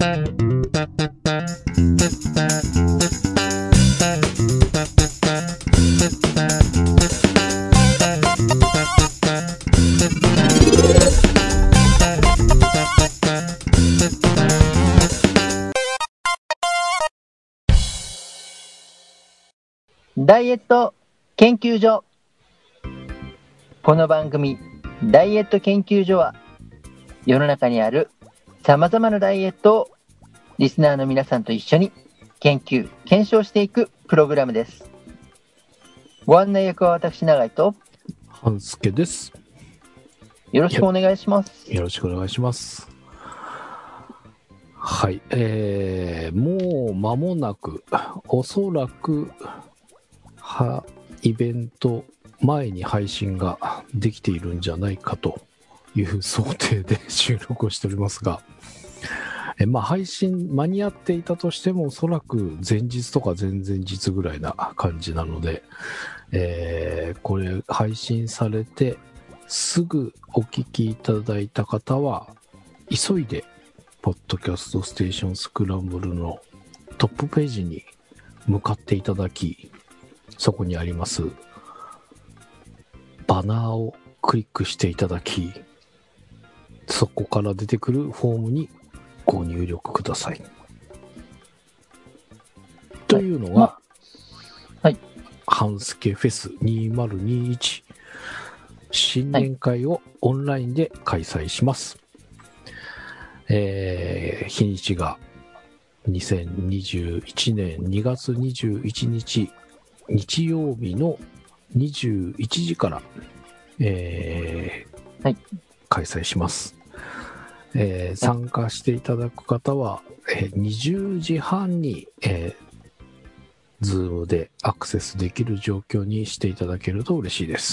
ダイエット研究所。この番組ダイエット研究所は、世の中にあるさまざまなダイエットをリスナーの皆さんと一緒に研究検証していくプログラムです。ご案内役は私永井と半助です。 よろしくお願いします。 よろしくお願いします。はい、もう間もなく、おそらくイベント前に配信ができているんじゃないかという想定で収録をしておりますが、配信間に合っていたとしてもおそらく前日とか前々日ぐらいな感じなので、これ配信されてすぐお聞きいただいた方は急いでポッドキャストステーションスクランブルのトップページに向かっていただき、そこにありますバナーをクリックしていただき、そこから出てくるフォームにご入力ください。というのが、半助フェス2021新年会をオンラインで開催します。日にちが2021年2月21日日曜日の21時から、開催します。参加していただく方は、20時半に、Zoom でアクセスできる状況にしていただけると嬉しいです。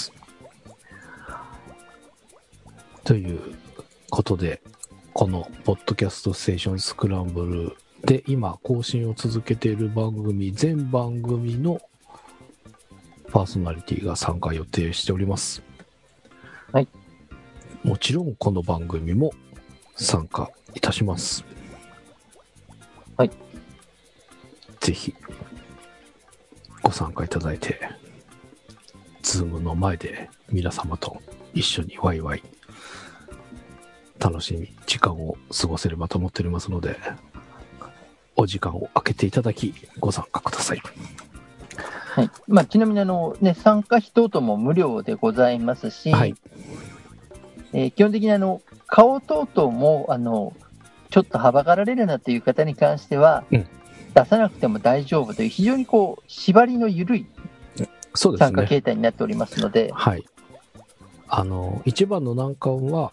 ということで、このポッドキャストステーションスクランブルで今更新を続けている番組全番組のパーソナリティが参加予定しております。 はい。 もちろんこの番組も参加いたします。 はい。 ぜひご参加いただいて、Zoom の前で皆様と一緒にワイワイ楽しみ時間を過ごせればと思っておりますので、お時間を空けていただきご参加ください。 はい。ちなみに参加費等々も無料でございますし、 はい。 基本的に顔等々もちょっとはばかられるなという方に関しては、出さなくても大丈夫という非常に縛りの緩い参加形態になっておりますので、 はい。一番の難関は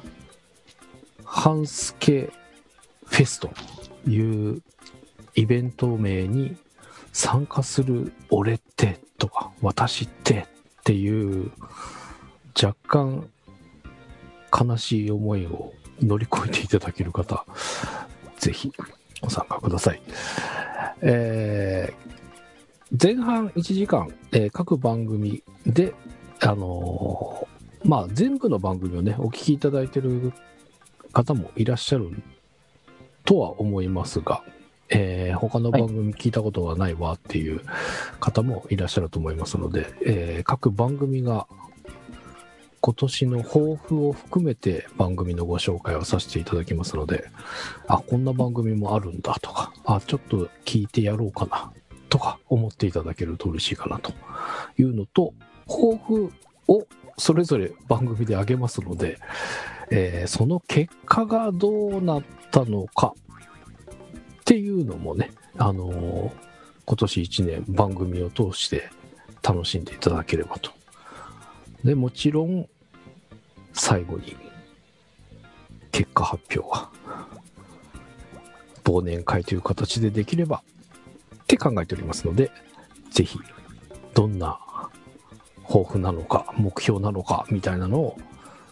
半助フェスというイベント名に参加する俺ってとか私ってっていう若干悲しい思いを乗り越えていただける方、ぜひご参加ください。前半1時間、各番組で全部の番組をねお聞きいただいている方もいらっしゃるとは思いますが、他の番組聞いたことがないわっていう方もいらっしゃると思いますので、各番組が今年の抱負を含めて番組のご紹介をさせていただきますので、こんな番組もあるんだとか、ちょっと聞いてやろうかなとか思っていただけると嬉しいかなというのと、抱負をそれぞれ番組であげますので、その結果がどうなったのかっていうのもね、今年1年番組を通して楽しんでいただければと。でもちろん最後に結果発表は忘年会という形でできればって考えておりますので、ぜひどんな抱負なのか目標なのかみたいなのを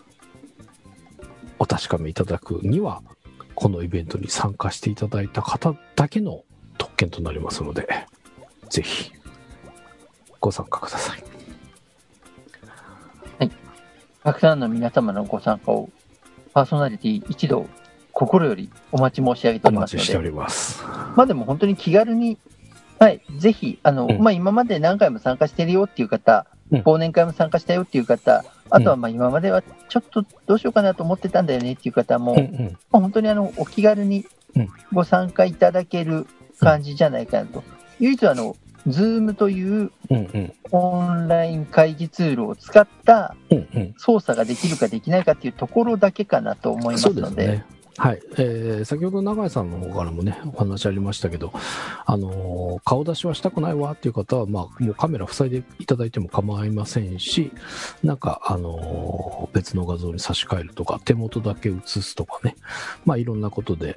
お確かめいただくには、このイベントに参加していただいた方だけの特権となりますので、ぜひご参加ください。 はい。たくさんの皆様のご参加をパーソナリティ一同心よりお待ち申し上げておりますので。 お待ちしております。 まあでも本当に気軽に、はい、ぜひ、まあ今まで何回も参加してるよっていう方、忘年会も参加したよっていう方、あとはまあ今まではちょっとどうしようかなと思ってたんだよねっていう方も、まあ本当にお気軽にご参加いただける感じじゃないかなと。唯一Zoom というオンライン会議ツールを使った操作ができるかできないかっていうところだけかなと思いますので。 はい、先ほど永井さんの方からもねお話ありましたけど、顔出しはしたくないわっていう方は、まあ、もうカメラ塞いでいただいても構いませんし、なんか、別の画像に差し替えるとか手元だけ映すとかね、まあ、いろんなことで、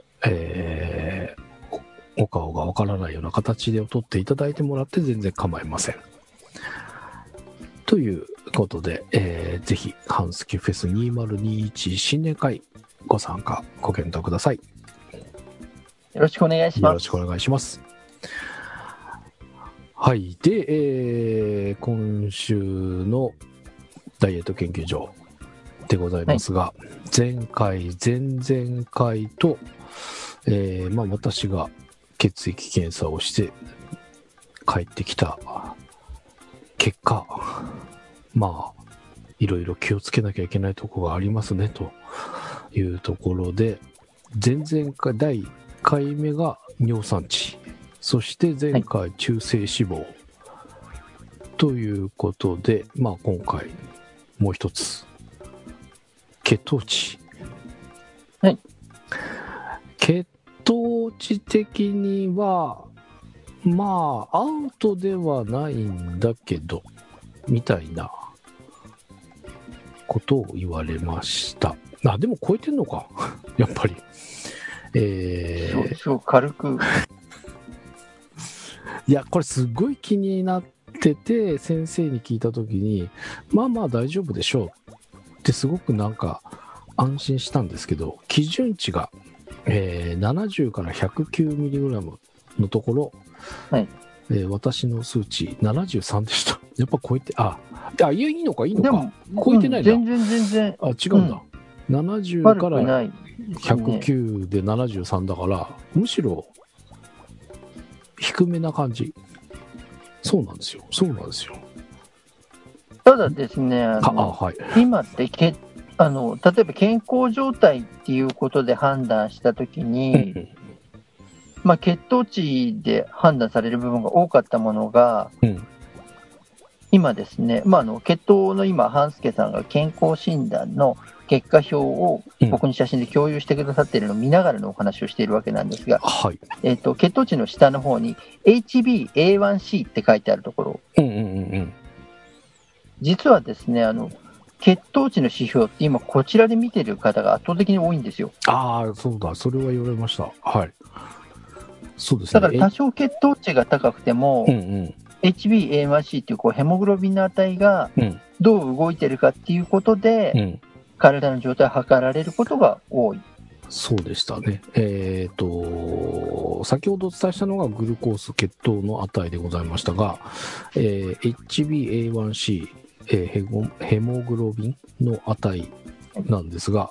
お顔がわからないような形で撮っていただいてもらって全然構いません。ということで、ぜひハンスキフェス2021新年会ご参加ご検討ください。 よろしくお願いします。 よろしくお願いします。はい。で、今週のダイエット研究所でございますが、はい、前回前々回と、まあ、私が血液検査をして帰ってきた結果、まあいろいろ気をつけなきゃいけないところがありますねというところで、前々回第1回目が尿酸値、そして前回中性脂肪ということで、まあ今回もう一つ血糖値、 はい、 血糖値的にはまあアウトではないんだけどみたいなことを言われました。あ、でも超えてんのかやっぱり。 そう軽くいやこれすごい気になってて、先生に聞いた時にまあまあ大丈夫でしょうってすごくなんか安心したんですけど、基準値が、70から 109mg のところ、 はい、 私の数値73でした。やっぱ超えて、いいのかいいのか、超えてないな、 全然違うんだ、70から109で73だから、むしろ低めな感じ。そうなんですよ。 ただですね、 はい、 今って例えば健康状態っていうことで判断したときに、まあ、血糖値で判断される部分が多かったものが、今ですね、まあ、血糖の今、半助さんが健康診断の結果表を僕に写真で共有してくださっているのを見ながらのお話をしているわけなんですが、血糖値の下の方に HbA1c って書いてあるところ、実はですね、血糖値の指標って今こちらで見てる方が圧倒的に多いんですよ。 そうだ、それは言われました。はい。そうですね。 だから多少血糖値が高くても、HbA1c っていうヘモグロビンの値がどう動いてるかっていうことで、体の状態を測られることが多い。 そうでしたね。先ほどお伝えしたのがグルコース血糖の値でございましたが、HbA1c、ヘモグロビンの値なんですが、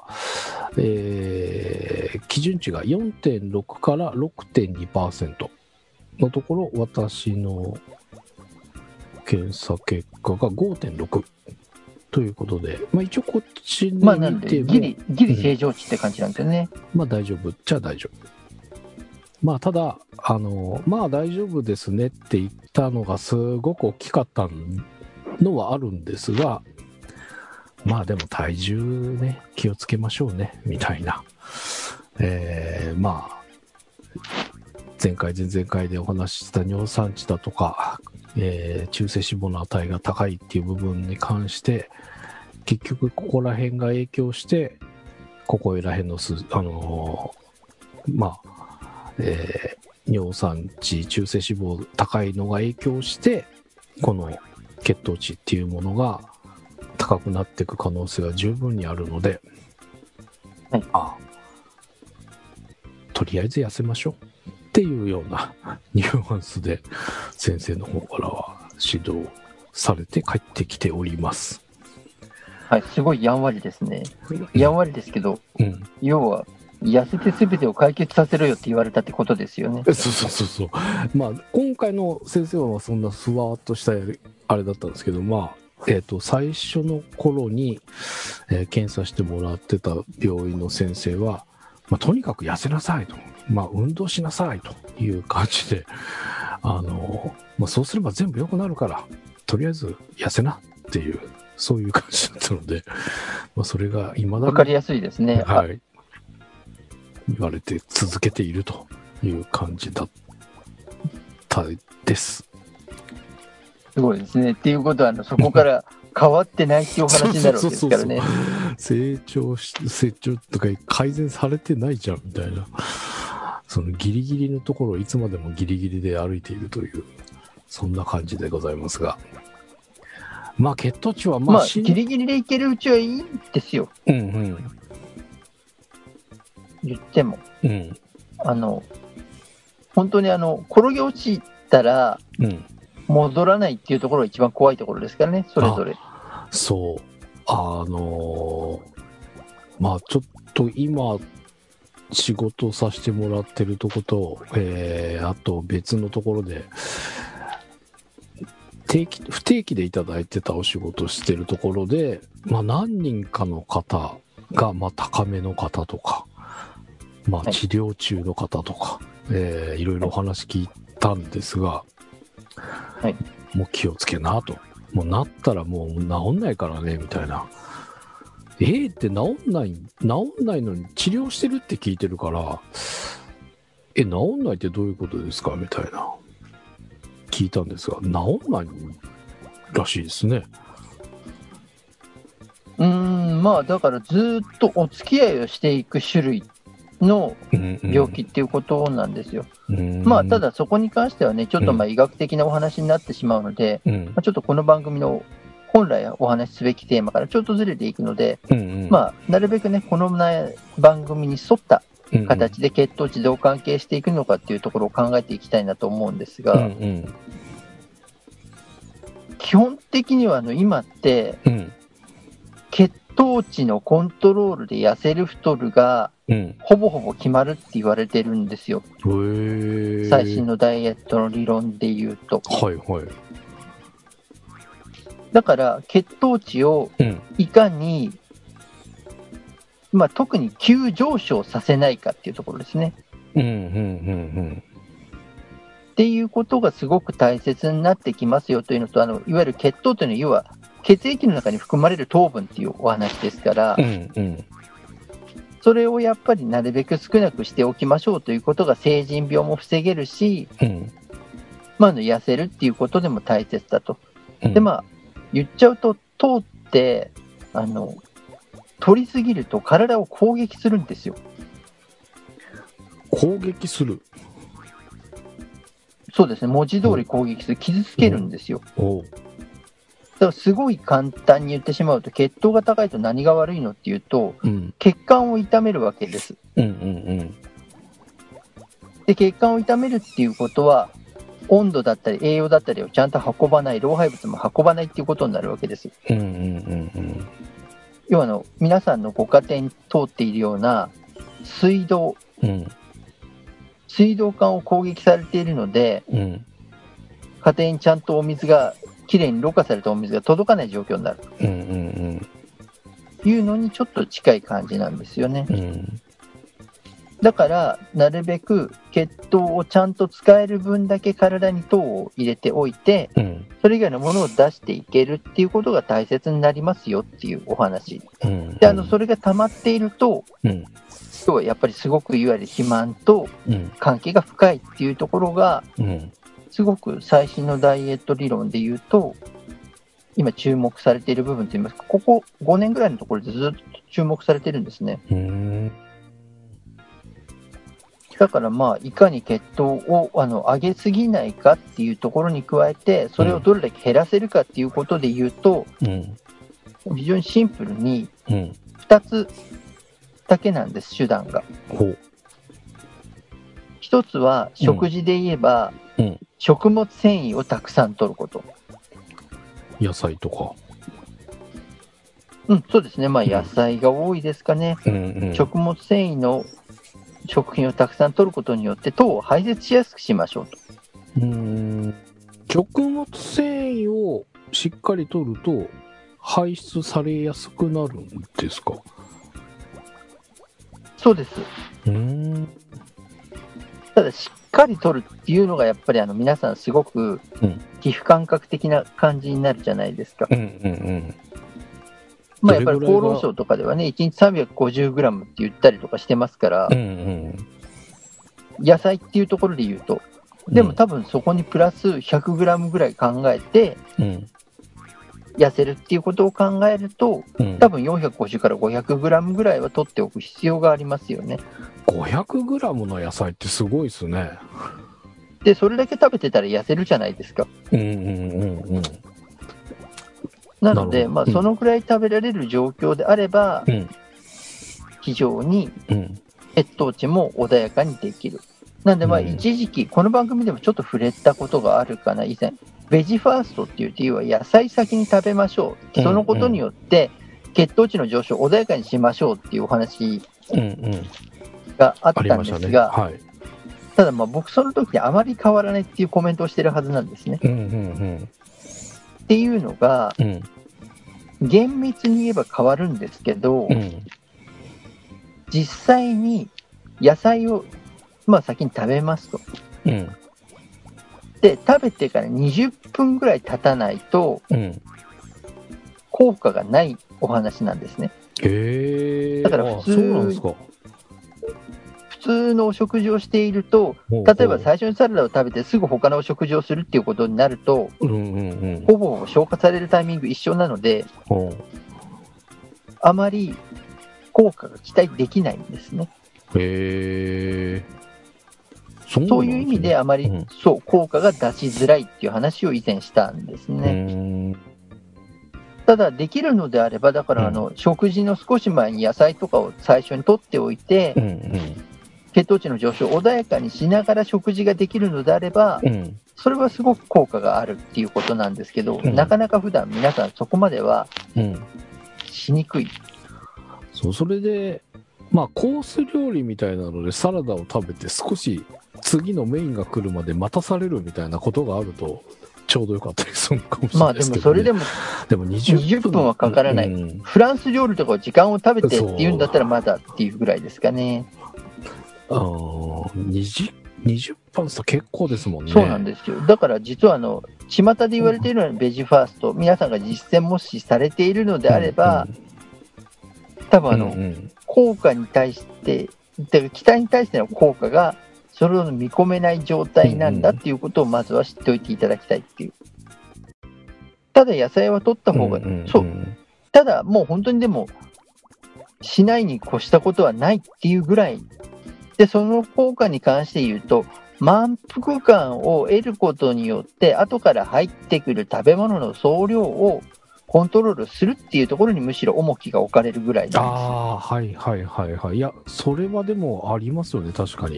基準値が 4.6 から 6.2% のところ、私の検査結果が 5.6 ということで、まあ、一応こっちで見ても、 なんでギリ正常値って感じなんですよね。 まあ大丈夫っちゃ大丈夫。まあただまあ大丈夫ですねって言ったのがすごく大きかったのはあるんですが、まあでも体重ね気をつけましょうねみたいな、まあ前回前々回でお話しした尿酸値だとか、中性脂肪の値が高いっていう部分に関して結局ここら辺が影響して、ここら辺のまあ、尿酸値中性脂肪高いのが影響してこの血糖値っていうものが高くなっていく可能性が十分にあるので、とりあえず痩せましょうっていうようなニュアンスで先生の方からは指導されて帰ってきております。 はい、すごいやんわりですね。やんわりですけど、要は痩せて全てを解決させろよって言われたってことですよね。 そう。まあ、今回の先生はそんなふわっとしたあれだったんですけど、まあ、最初の頃に、検査してもらってた病院の先生は、まあ、とにかく痩せなさいと、まあ、運動しなさいという感じで、まあ、そうすれば全部良くなるから、とりあえず痩せなっていう、そういう感じだったので、まあ、それが未だにわかりやすいですね。 はい、言われて続けているという感じだったです。 すごいですね。っていうことはそこから変わってないっていうお話になるわけですからね。 成長とか改善されてないじゃんみたいな、そのギリギリのところをいつまでもギリギリで歩いているという、そんな感じでございますが、まあ血糖値はまあギリギリでいけるうちはいいんですよ。 うんうん。 言っても、 うん、 本当に転げ落ちたら戻らないっていうところが一番怖いところですからね、それぞれ。 そうまあちょっと今仕事させてもらってるとこと、あと別のところで不定期でいただいてたお仕事してるところで、まあ、何人かの方が、まあ、高めの方とか、まあ、治療中の方とか、いろいろお話聞いたんですが、 はい、 もう気をつけなと、もうなったらもう治んないからねみたいな。って治んないのに治療してるって聞いてるから、治んないってどういうことですかみたいな聞いたんですが、治んないらしいですね。 まあだからずっとお付き合いをしていく種類の病気っていうことなんですよ。まあただそこに関してはね、ちょっとまあ医学的なお話になってしまうので、まあ、ちょっとこの番組の本来お話しすべきテーマからちょっとずれていくので、まあなるべくねこの番組に沿った形で血糖値どう関係していくのかっていうところを考えていきたいなと思うんですが、基本的には今って、血糖値のコントロールで痩せる太るが、ほぼほぼ決まるって言われてるんですよ。最新のダイエットの理論で言うと。 はいはい。 だから血糖値をいかに、まあ、特に急上昇させないかっていうところですね。っていうことがすごく大切になってきますよというのと、いわゆる血糖というのは要は血液の中に含まれる糖分っていうお話ですから、それをやっぱりなるべく少なくしておきましょうということが成人病も防げるし、まあ、痩せるっていうことでも大切だと。でまあ言っちゃうと糖って取りすぎると体を攻撃するんですよ。 攻撃する。 そうですね、文字通り攻撃する、傷つけるんですよ。だからすごい簡単に言ってしまうと、血糖が高いと何が悪いのっていうと、血管を傷めるわけです。で血管を傷めるっていうことは温度だったり栄養だったりをちゃんと運ばない、老廃物も運ばないっていうことになるわけです。要は皆さんのご家庭に通っているような水道管を攻撃されているので、家庭にちゃんとお水がきれいにろ過されたお水が届かない状況になるというのにちょっと近い感じなんですよね。だからなるべく血糖をちゃんと使える分だけ体に糖を入れておいて、それ以外のものを出していけるっていうことが大切になりますよっていうお話で、それが溜まっていると、今日はやっぱりすごくいわゆる肥満と関係が深いっていうところが、すごく最新のダイエット理論でいうと今注目されている部分といいますか、ここ5年ぐらいのところでずっと注目されてるんですね。だからまあいかに血糖を上げすぎないかっていうところに加えて、それをどれだけ減らせるかっていうことで言うと、非常にシンプルに2つだけなんです、手段が。1つは食事で言えば、食物繊維をたくさん摂ること。 野菜とか。 そうですね、まあ野菜が多いですかね。食物繊維の食品をたくさん摂ることによって糖を排泄しやすくしましょうと。 食物繊維をしっかり摂ると排出されやすくなるんですか？ そうです。ただしっかり摂るっていうのがやっぱり皆さんすごく皮膚感覚的な感じになるじゃないですか。まあやっぱり厚労省とかではね、1日 350g って言ったりとかしてますから、野菜っていうところで言うと、でも多分そこにプラス 100g ぐらい考えて、痩せるっていうことを考えると、多分450から 500g ぐらいは取っておく必要がありますよね。 500g の野菜ってすごいですね。 で、それだけ食べてたら痩せるじゃないですか。なので、まあ、そのくらい食べられる状況であれば、非常に血糖値も穏やかにできる。なんで、まあ、一時期、この番組でもちょっと触れたことがあるかな、以前。ベジファーストっていう要は野菜先に食べましょう。そのことによって、血糖値の上昇を穏やかにしましょうっていうお話があったんですが、ただ、まあ、僕その時あまり変わらないっていうコメントをしてるはずなんですね。っていうのが、厳密に言えば変わるんですけど、実際に野菜を、まあ、先に食べますと。で、食べてから20分ぐらい経たないと、効果がないお話なんですね。だから普通のお食事をしていると、例えば最初にサラダを食べてすぐ他のお食事をするっていうことになると、ほぼ消化されるタイミング一緒なので、あまり効果が期待できないんですね。そういう意味であまり、効果が出しづらいっていう話を以前したんですね。ただできるのであれば、だから食事の少し前に野菜とかを最初に取っておいて、血糖値の上昇を穏やかにしながら食事ができるのであれば、それはすごく効果があるっていうことなんですけど、なかなか普段皆さんそこまではしにくい。 それで、まあコース料理みたいなのでサラダを食べて少し次のメインが来るまで待たされるみたいなことがあるとちょうどよかったりするかもしれないですけど、ね、 まあでもそれでも20分はかからない、フランス料理とか時間を食べてっていうんだったらまだっていうぐらいですかね。 20分と結構ですもんね。 そうなんですよ。だから実は巷で言われているのはベジファースト、皆さんが実践もしされているのであれば、多分効果に対して期待に対しての効果がそれを見込めない状態なんだっていうことをまずは知っておいていただきたいっていう。ただ野菜は取った方が、ただもう本当にでもしないに越したことはないっていうぐらいで、その効果に関して言うと、満腹感を得ることによって後から入ってくる食べ物の総量をコントロールするっていうところにむしろ重きが置かれるぐらいなんです。 いや、それはでもありますよね、確かに。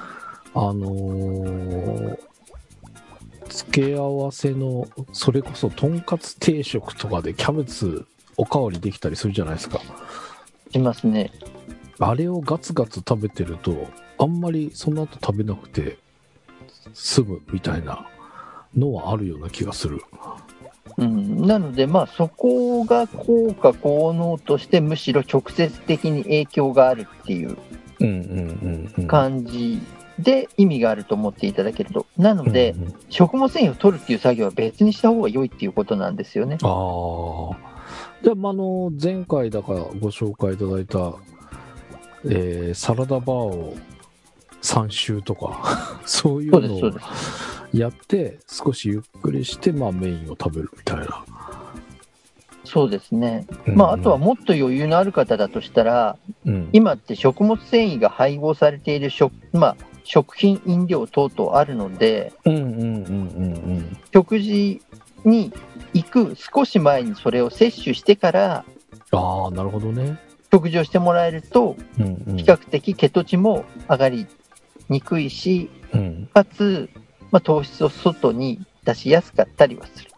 付け合わせのそれこそとんかつ定食とかでキャベツおかわりできたりするじゃないですか。 しますね。 あれをガツガツ食べてるとあんまりその後食べなくて済むみたいなのはあるような気がする。 なので、まあ、そこが効果効能としてむしろ直接的に影響があるっていう感じで意味があると思っていただけると。なので、食物繊維を取るっていう作業は別にした方が良いっていうことなんですよね。 じゃあ、前回だからご紹介いただいた、サラダバーを3周とかそういうのをやって少しゆっくりして、メインを食べるみたいな。 そうですね。あとはもっと余裕のある方だとしたら、今って食物繊維が配合されている食品飲料等々あるので、食事に行く少し前にそれを摂取してからなるほどね、 食事をしてもらえると、比較的血糖値も上がりにくいし、かつ、糖質を外に出しやすかったりはする。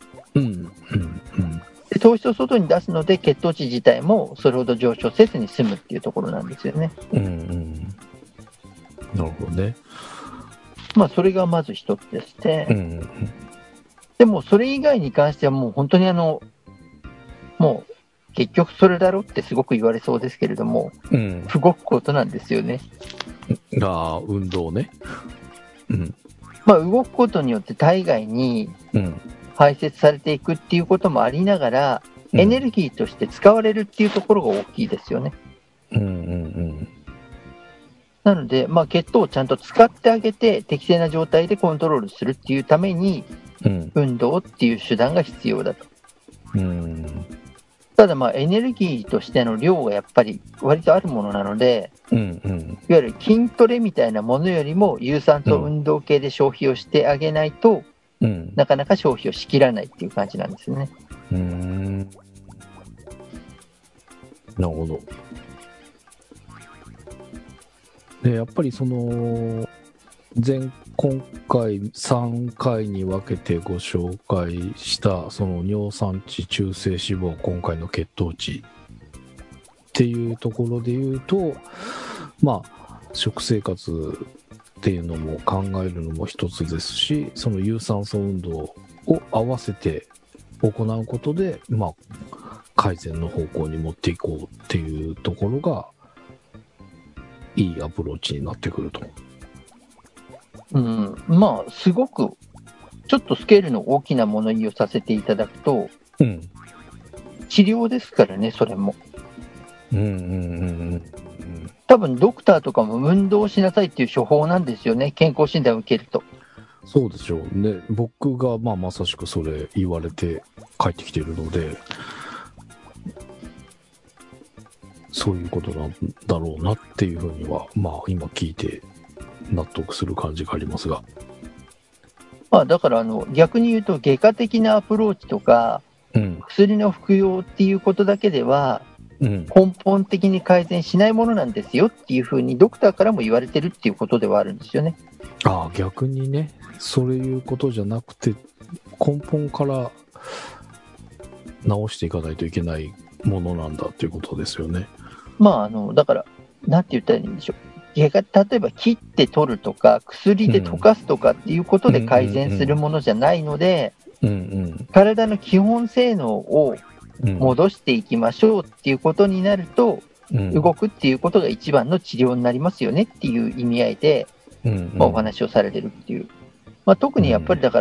で糖質を外に出すので血糖値自体もそれほど上昇せずに済むっていうところなんですよね。 なるほどね。 まあ、それがまず一つですね。 うんうんでも、それ以外に関してはもう本当にもう、結局それだろってすごく言われそうですけれども、 うん動くことなんですよね。 運動ね。うんまあ、動くことによって体外にうん排泄されていくっていうこともありながら、 うんエネルギーとして使われるっていうところが大きいですよね。 うんうんなので、まあ、血糖をちゃんと使ってあげて、適正な状態でコントロールするっていうために、 うん運動っていう手段が必要だと。 うんただ、まあ、エネルギーとしての量がやっぱり割とあるものなので、 うんうんいわゆる筋トレみたいなものよりも、有酸素運動系で消費をしてあげないと、 うんなかなか消費をしきらないっていう感じなんですね。 なるほど。でやっぱり今回3回に分けてご紹介したその尿酸値、中性脂肪、今回の血糖値っていうところで言うと、まあ食生活っていうのも考えるのも一つですし、その有酸素運動を合わせて行うことで、まあ改善の方向に持っていこうっていうところがいいアプローチになってくると。 まあ、すごく、ちょっとスケールの大きな物言いをさせていただくと、 うん治療ですからね、それも。 うんうんうん多分、ドクターとかも運動しなさいっていう処方なんですよね、健康診断を受けると。 そうでしょうね。僕がまさしくそれ言われて帰ってきているので、そういうことなんだろうなっていうふうには、まあ今聞いて納得する感じがありますが。 まあ、だから逆に言うと、外科的なアプローチとか、 うん薬の服用っていうことだけでは、 うん根本的に改善しないものなんですよっていうふうに、ドクターからも言われてるっていうことではあるんですよね。 ああ、逆にね、そういうことじゃなくて、根本から直していかないといけないものなんだっていうことですよね。 まあ、だから、なんて言ったらいいんでしょう。例えば切って取るとか、薬で溶かすとかっていうことで改善するものじゃないので、体の基本性能を戻していきましょうっていうことになると、動くっていうことが一番の治療になりますよねっていう意味合いで、お話をされてるっていう。特にやっぱりだから、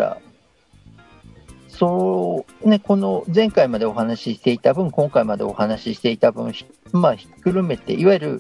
そうね、この前回までお話ししていた分、今回までお話ししていた分、ひっくるめて、いわゆる、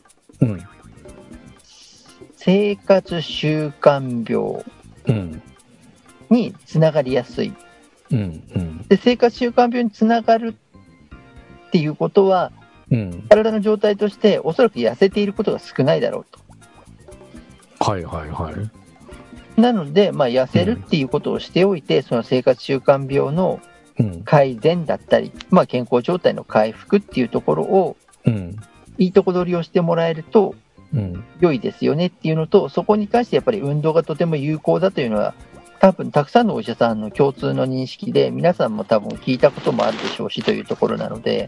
生活習慣病につながりやすい。で、生活習慣病につながるっていうことは、体の状態としておそらく痩せていることが少ないだろうと。 はいはいはい。 なので、痩せるっていうことをしておいて、その生活習慣病の改善だったり、健康状態の回復っていうところを、いいとこ取りをしてもらえると良いですよねっていうのと、そこに関してやっぱり運動がとても有効だというのは、多分たくさんのお医者さんの共通の認識で、皆さんも多分聞いたこともあるでしょうしというところなので。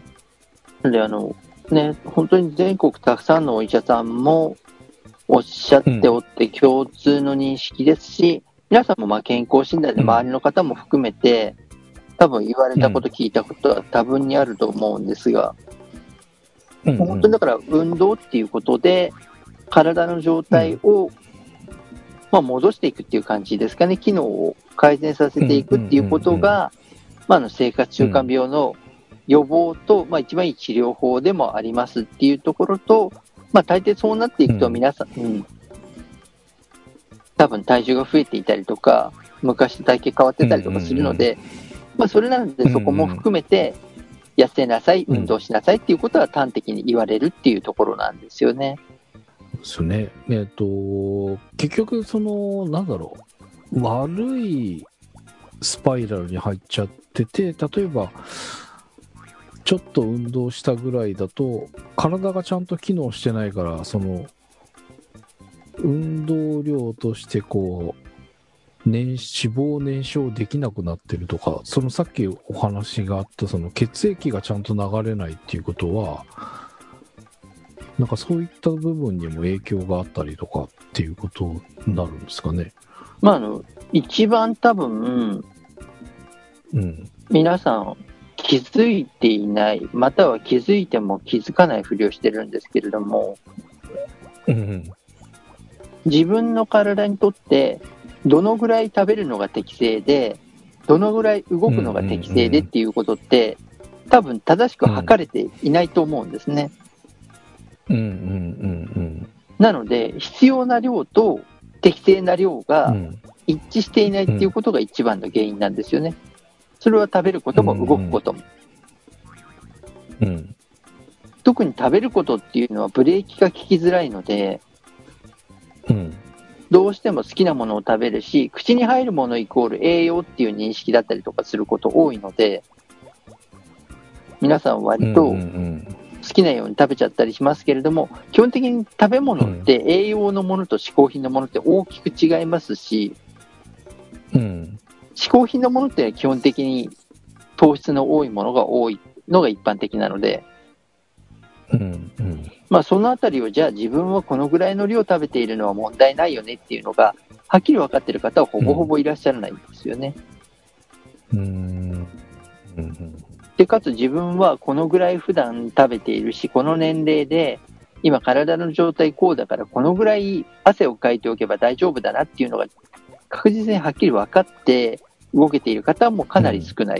本当に全国たくさんのお医者さんもおっしゃっておって共通の認識ですし、皆さんも健康診断で周りの方も含めて、多分言われたこと、聞いたことは多分にあると思うんですが、本当にだから運動っていうことで体の状態を戻していくっていう感じですかね。機能を改善させていくっていうことが、生活習慣病の予防と、一番いい治療法でもありますっていうところと、大抵そうなっていくと皆さん、多分体重が増えていたりとか、昔と体型変わってたりとかするので、それなのでそこも含めて、痩せなさい、運動しなさいっていうことは端的に言われるっていうところなんですよね。 ですね。結局悪いスパイラルに入っちゃってて、例えばちょっと運動したぐらいだと体がちゃんと機能してないから、その運動量として脂肪燃焼できなくなってるとか、そのさっきお話があったその血液がちゃんと流れないっていうことは、 なんかそういった部分にも影響があったりとかっていうことになるんですかね。 まあ、一番多分、 うん。 皆さん気づいていない、または気づいても気づかないふりをしてるんですけれども、 うん。 自分の体にとってどのぐらい食べるのが適正で、どのぐらい動くのが適正でっていうことって、多分正しく測れていないと思うんですね。 うんうんうんなので、必要な量と適正な量うがん。 一致していないっていうことが一番の原因なんですよね。それは食べることも動くことも。 うん。 特に食べることっていうのはブレーキが効きづらいので、 うん。 どうしても好きなものを食べるし、口に入るものイコール栄養っていう認識だったりとかすること多いので、皆さん割と好きなように食べちゃったりしますけれども、基本的に食べ物って栄養のものと嗜好品のものって大きく違いますし、嗜好品のものって基本的に糖質の多いものが多いのが一般的なので、まあそのあたりをじゃあ自分はこのぐらいの量食べているのは問題ないよねっていうのがはっきり分かっている方はほぼほぼいらっしゃらないんですよね。でかつ自分はこのぐらい普段食べているし、この年齢で今体の状態こうだからこのぐらい汗をかいておけば大丈夫だなっていうのが確実にはっきり分かって動けている方もかなり少ない。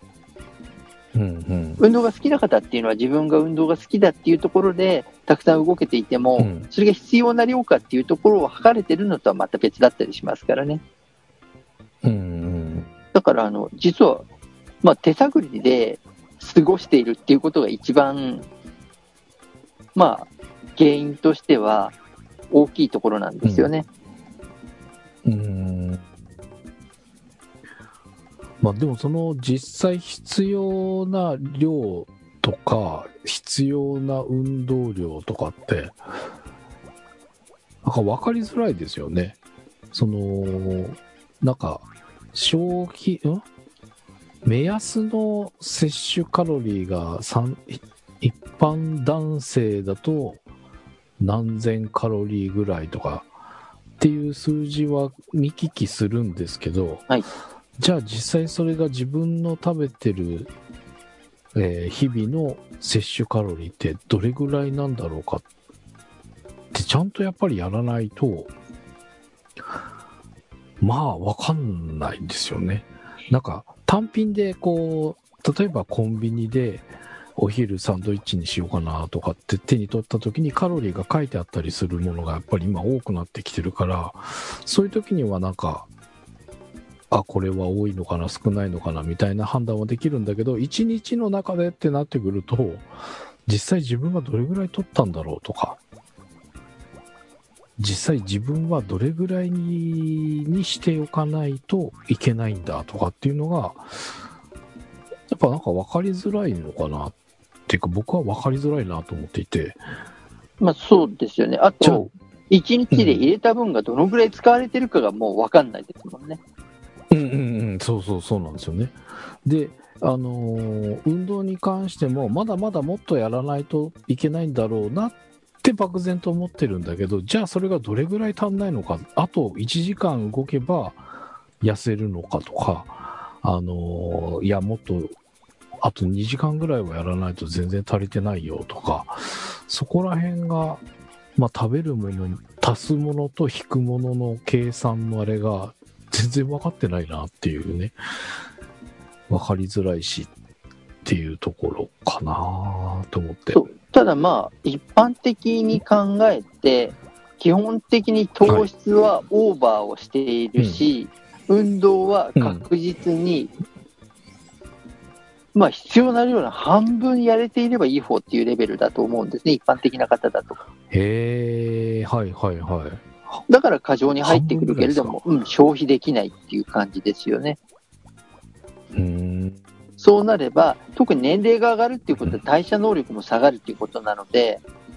運動が好きな方っていうのは自分が運動が好きだっていうところでたくさん動けていても、それが必要な量かっていうところを測れてるのとはまた別だったりしますからね。だから実は、まあ、手探りで過ごしているっていうことが一番、まあ、原因としては大きいところなんですよね。 まあでもその実際必要な量とか必要な運動量とかってなんか分かりづらいですよね。なんか消費目安の摂取カロリーが一般男性だと何千カロリーぐらいとかっていう数字は見聞きするんですけど、 はい、 じゃあ実際それが自分の食べてる、日々の摂取カロリーってどれぐらいなんだろうかってちゃんとやっぱりやらないとまあ分かんないんですよね。なんか単品でこう例えばコンビニでお昼サンドイッチにしようかなとかって手に取った時にカロリーが書いてあったりするものがやっぱり今多くなってきてるから、そういう時にはなんかこれは多いのかな少ないのかなみたいな判断はできるんだけど、1日の中でってなってくると実際自分がどれぐらい取ったんだろうとか、実際自分はどれぐらいにしておかないといけないんだとかっていうのがやっぱなんか分かりづらいのかなっていうか、僕は分かりづらいなと思っていて。 まあそうですよね。あと1日で入れた分がどのぐらい使われてるかがもう分かんないですもんね。 そうなんですよね。で、運動に関してもまだまだもっとやらないといけないんだろうなって漠然と思ってるんだけど、じゃあそれがどれぐらい足んないのか、あと1時間動けば痩せるのかとか、いやもっとあと2時間ぐらいはやらないと全然足りてないよとか、そこら辺が、まあ、食べるものに足すものと引くものの計算のあれが全然分かってないなっていうね、分かりづらいしっていうところかなと思って。 ただまあ一般的に考えて基本的に糖質はオーバーをしているし、運動は確実に、まあ必要な量の半分やれていればいい方っていうレベルだと思うんですね、一般的な方だと。だから過剰に入ってくるけれども、消費できないっていう感じですよね。そうなれば特に年齢が上がるっていうことは代謝能力も下がるっていうことなので、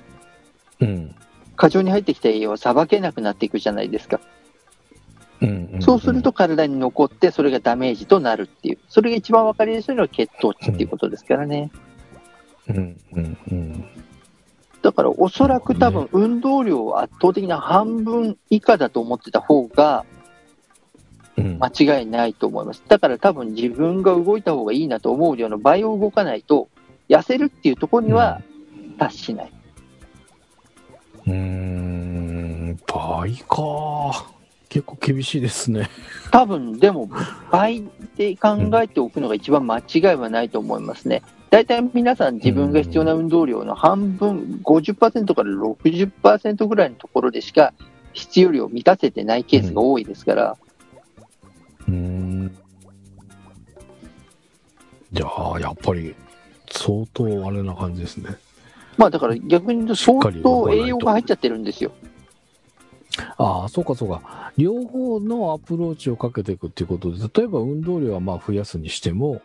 過剰に入ってきた栄養をさばけなくなっていくじゃないですか。そうすると体に残ってそれがダメージとなるっていう、それが一番分かりやすいのは血糖値っていうことですからね。 だからおそらく多分運動量は圧倒的な半分以下だと思ってた方が間違いないと思います。だから多分自分が動いた方がいいなと思う量の倍を動かないと痩せるっていうところには達しない。 倍か。結構厳しいですね。 多分でも倍で考えておくのが一番間違いはないと思いますね。だいたい皆さん自分が必要な運動量の半分、50% から 60% ぐらいのところでしか必要量を満たせてないケースが多いですから。 じゃあやっぱり相当あれな感じですね。 まあだから逆に言うと相当栄養が入っちゃってるんですよ。 ああ、そうかそうか。両方のアプローチをかけていくっていうことで、例えば運動量はまあ増やすにしても、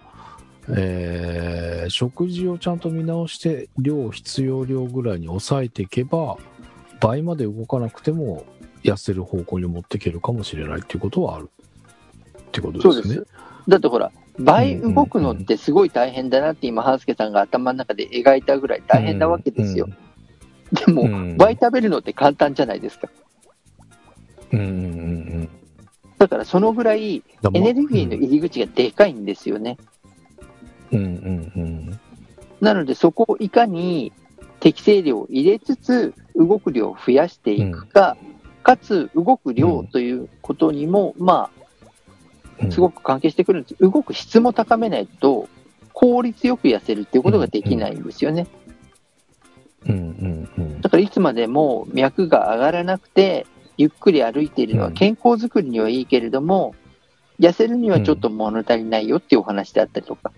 食事をちゃんと見直して必要量ぐらいに抑えていけば倍まで動かなくても痩せる方向に持っていけるかもしれないっていうことはあるってことですね。 そうです。だってほら倍動くのってすごい大変だなって今ハースケさんが頭の中で描いたぐらい大変なわけですよ。でも、倍食べるのって簡単じゃないですか。だからそのぐらいエネルギーの入り口がでかいんですよね。なのでそこをいかに適正量を入れつつ動く量を増やしていくか、かつ動く量ということにもまあすごく関係してくるんです。動く質も高めないと効率よく痩せるっていうことができないんですよね。だからいつまでも脈が上がらなくてゆっくり歩いているのは健康づくりにはいいけれども、痩せるにはちょっと物足りないよっていうお話であったりとか。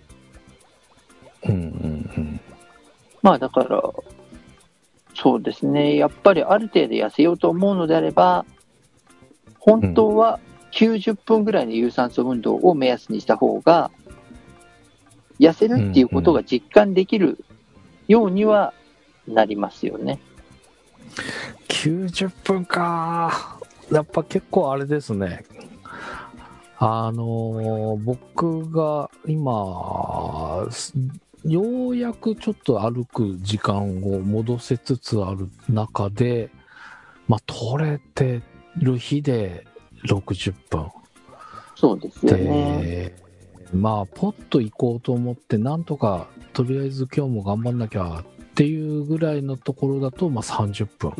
まあだから、そうですね、やっぱりある程度痩せようと思うのであれば、本当は90分ぐらいの有酸素運動を目安にした方が、痩せるっていうことが実感できるようにはなりますよね。 90分か。やっぱ結構あれですね。僕が今ようやくちょっと歩く時間を戻せつつある中で、まあ取れてる日で60分。 そうですよね。 で、まあポッと行こうと思ってなんとかとりあえず今日も頑張んなきゃっていうぐらいのところだと、まあ30分。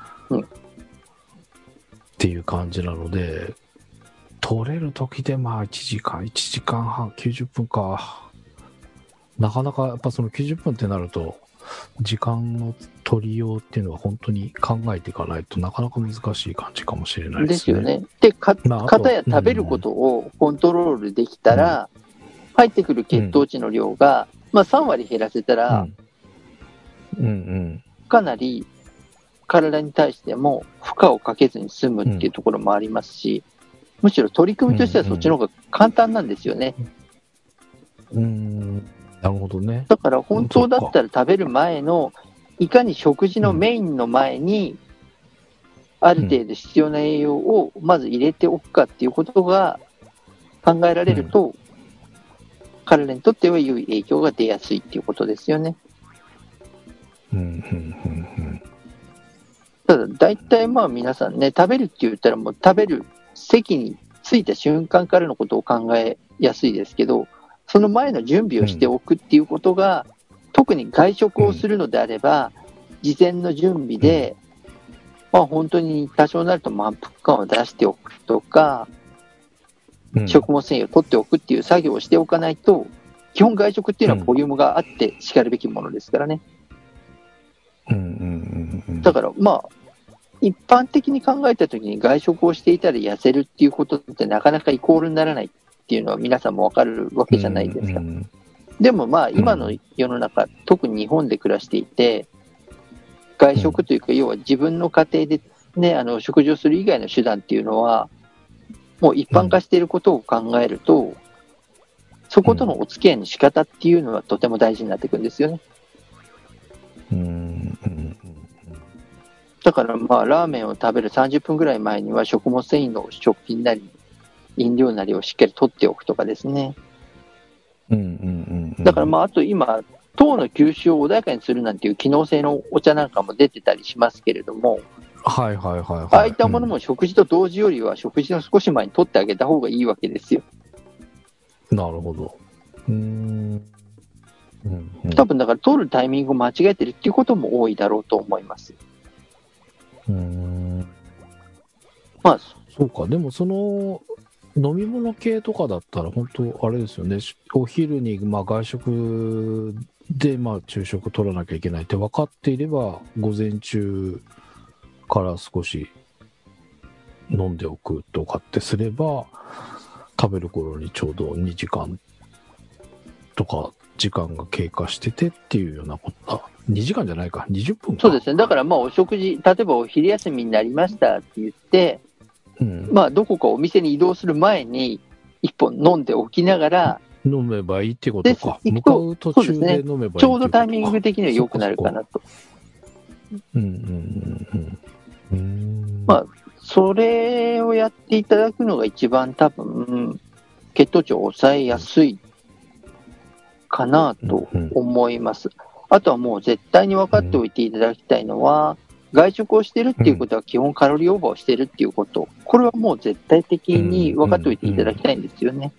っていう感じなので、取れる時でまあ1時間半、90分か。なかなかやっぱその90分ってなると、時間の取りようっていうのは本当に考えていかないとなかなか難しい感じかもしれないですね。 ですよね。で、かたや食べることをコントロールできたら、入ってくる血糖値の量が、まあ3割減らせたら、かなり体に対しても負荷をかけずに済むっていうところもありますし、むしろ取り組みとしてはそっちの方が簡単なんですよね。 なるほどね。 だから本当だったら食べる前のいかに食事のメインの前にある程度必要な栄養をまず入れておくかっていうことが考えられると、体にとっては良い影響が出やすいっていうことですよね。ただ大体まあ皆さんね、食べるって言ったらもう食べる席に着いた瞬間からのことを考えやすいですけど、その前の準備をしておくっていうことが、特に外食をするのであれば、事前の準備で、まあ本当に多少なると満腹感を出しておくとか、食物繊維を取っておくっていう作業をしておかないと、基本外食っていうのはボリュームがあってしかるべきものですからね。だからまあ、一般的に考えたときに外食をしていたら痩せるっていうことってなかなかイコールにならないっていうのは皆さんもわかるわけじゃないですか。でもまあ今の世の中、特に日本で暮らしていて、外食というか要は自分の家庭でね、食事をする以外の手段っていうのは、もう一般化していることを考えると、そことのお付き合いの仕方っていうのはとても大事になってくるんですよね。だからまあラーメンを食べる30分ぐらい前には食物繊維の食品なり飲料なりをしっかり取っておくとかですね。だからまああと今糖の吸収を穏やかにするなんていう機能性のお茶なんかも出てたりしますけれども、 はいはいはいはい。 ああいったものも食事と同時よりは食事の少し前に取ってあげた方がいいわけですよ。 なるほど。 多分だから取るタイミングを間違えてるっていうことも多いだろうと思います。まあ、 そうか、でもその飲み物系とかだったら本当あれですよね。お昼にまあ外食でまあ昼食取らなきゃいけないって分かっていれば、午前中から少し飲んでおくとかってすれば、食べる頃にちょうど2時間とか時間が経過しててっていうようなこと、2時間じゃないか、20分か。 そうですね。だからまあお食事、例えばお昼休みになりましたって言って、まあどこかお店に移動する前に1本飲んでおきながら、 飲めばいいってことか。 で向かう途中で飲めばいいってことか。 ちょうどタイミング的には良くなるかなと。まあ、それをやっていただくのが一番多分、血糖値を抑えやすいかなと思います。あとはもう絶対に分かっておいていただきたいのは、外食をしてるっていうことは基本カロリーオーバーをしてるっていうこと。これはもう絶対的に分かっておいていただきたいんですよね。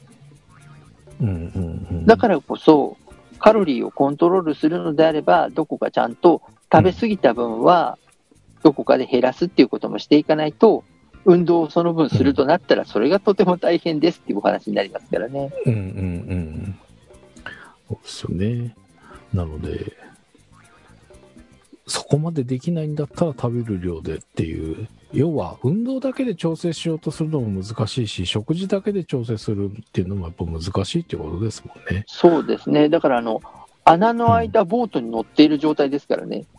だからこそ、カロリーをコントロールするのであれば、どこかちゃんと食べ過ぎた分は、どこかで減らすっていうこともしていかないと、運動をその分するとなったら、それがとても大変ですっていうお話になりますからね。 そうですよね。なので、そこまでできないんだったら食べる量でっていう、要は運動だけで調整しようとするのも難しいし、食事だけで調整するっていうのもやっぱ難しいっていうことですもんね。 そうですね。だから穴の開いたボートに乗っている状態ですからね。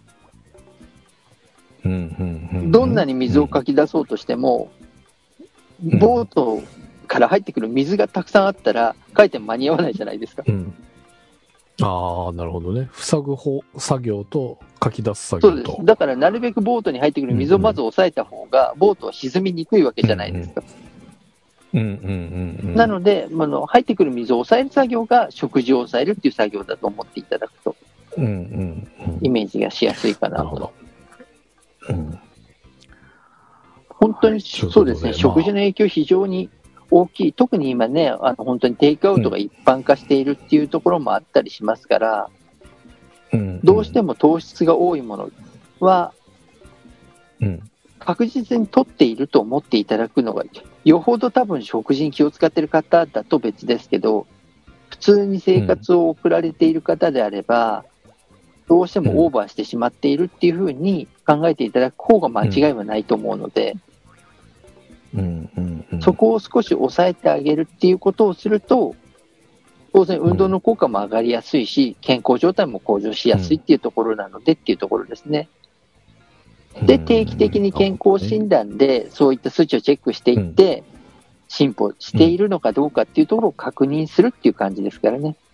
どんなに水をかき出そうとしても、ボートから入ってくる水がたくさんあったら、かえって間に合わないじゃないですか。 ああ、なるほどね。塞ぐ作業と書き出す作業と。 そうです。だからなるべくボートに入ってくる水をまず抑えた方が、ボートは沈みにくいわけじゃないですか。なので、入ってくる水を抑える作業が食事を抑えるっていう作業だと思っていただくと、イメージがしやすいかなと。本当にそうですね、食事の影響非常に大きい。特に今ね、本当にテイクアウトが一般化しているっていうところもあったりしますから、どうしても糖質が多いものは、確実に取っていると思っていただくのが、よほど多分食事に気を使っている方だと別ですけど、普通に生活を送られている方であれば、どうしてもオーバーしてしまっているっていうふうに考えていただく方が間違いはないと思うので、そこを少し抑えてあげるっていうことをすると、当然運動の効果も上がりやすいし、健康状態も向上しやすいっていうところなのでっていうところですね。で、定期的に健康診断でそういった数値をチェックしていって、進歩しているのかどうかっていうところを確認するっていう感じですからね。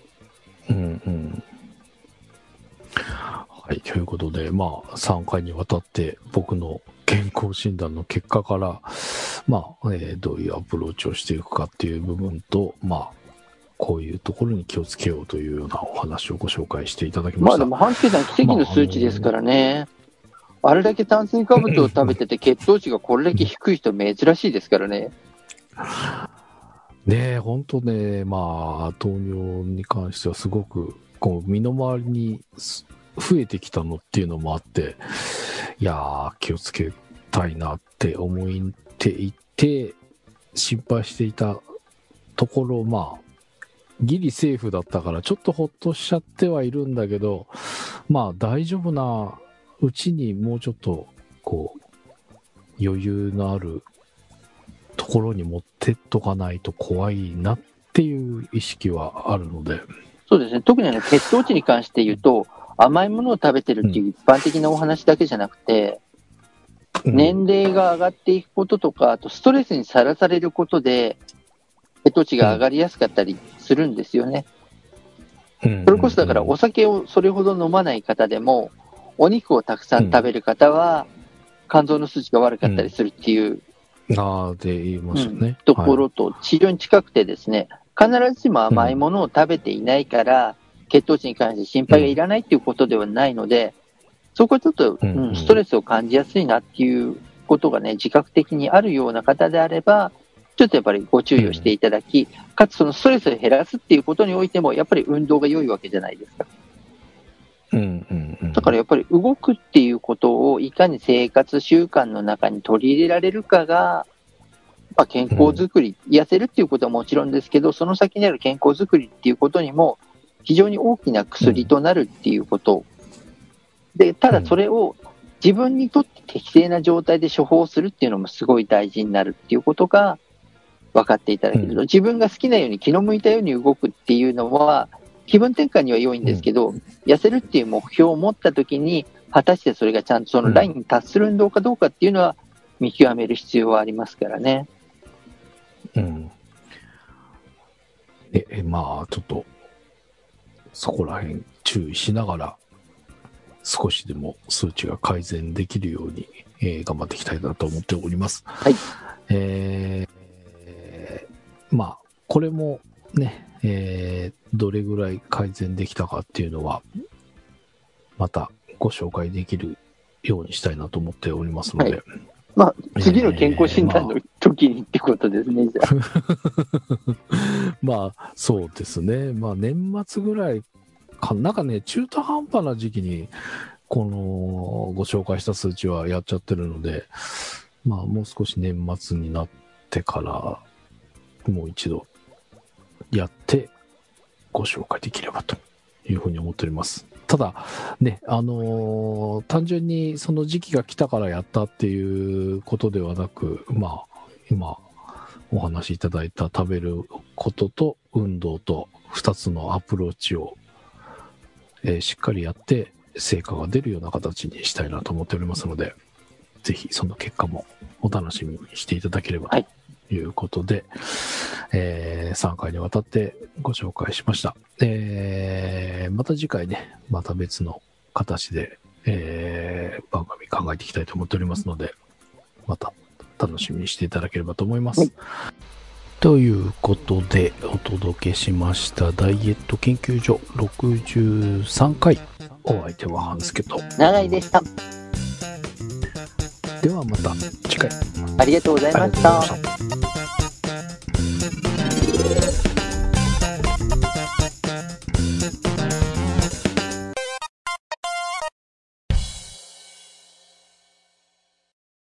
はい、ということで、3回にわたって僕の健康診断の結果から、どういうアプローチをしていくかっていう部分と、こういうところに気をつけようというようなお話をご紹介していただきました。 でも、半助さん、奇跡の数値ですからね。あれだけ炭水化物を食べてて、血糖値がこれだけ低い人、珍しいですからね。 ねえ、本当ね、糖尿に関してはすごく、身の回りに増えてきたのっていうのもあって、いやー、気をつけたいなって思っていて、心配していたところ、ギリセーフだったから、ちょっとほっとしちゃってはいるんだけど、大丈夫なうちにもうちょっと、余裕のあるところに持ってっとかないと怖いなっていう意識はあるので。 そうですね。特に血糖値に関して言うと、甘いものを食べてるっていう一般的なお話だけじゃなくて、年齢が上がっていくこととか、あとストレスにさらされることで、血糖値が上がりやすかったりするんですよね。それこそだからお酒をそれほど飲まない方でも、お肉をたくさん食べる方は、肝臓の数値が悪かったりするっていう、 で言いますよね。 ところと治療に近くてですね、必ずしも甘いものを食べていないから、 血糖値に関して心配がいらないっていうことではないので、そこはちょっと、ストレスを感じやすいなっていうことがね、自覚的にあるような方であれば、ちょっとやっぱりご注意をしていただき、かつそのストレスを減らすっていうことにおいても、やっぱり運動が良いわけじゃないですか。だからやっぱり動くっていうことをいかに生活習慣の中に取り入れられるかが、健康づくり、痩せるっていうことはもちろんですけど、その先にある健康づくりっていうことにも非常に大きな薬となるっていうことで、ただそれを自分にとって適正な状態で処方するっていうのもすごい大事になるっていうことが分かっていただけると、自分が好きなように気の向いたように動くっていうのは気分転換には良いんですけど、痩せるっていう目標を持ったときに果たしてそれがちゃんとそのラインに達する運動かどうかっていうのは見極める必要はありますからね。 まあちょっとそこら辺注意しながら少しでも数値が改善できるように、頑張っていきたいなと思っております。 はい。 まあこれもね、どれぐらい改善できたかっていうのはまたご紹介できるようにしたいなと思っておりますので、 次の健康診断の時にってことですね、じゃあ。そうですね。年末ぐらいか、なんかね、中途半端な時期に、このご紹介した数値はやっちゃってるので、もう少し年末になってから、もう一度やってご紹介できればというふうに思っております。ただね、単純にその時期が来たからやったっていうことではなく、今お話しいただいた食べることと運動と2つのアプローチを、しっかりやって成果が出るような形にしたいなと思っておりますので、ぜひその結果もお楽しみにしていただければということで、3回にわたってご紹介しました。また次回ね、また別の形で、番組考えていきたいと思っておりますので、また楽しみにしていただければと思います。ということでお届けしましたダイエット研究所63回、お相手はハンスケと永井でした。 ではまた次回。 ありがとうございました。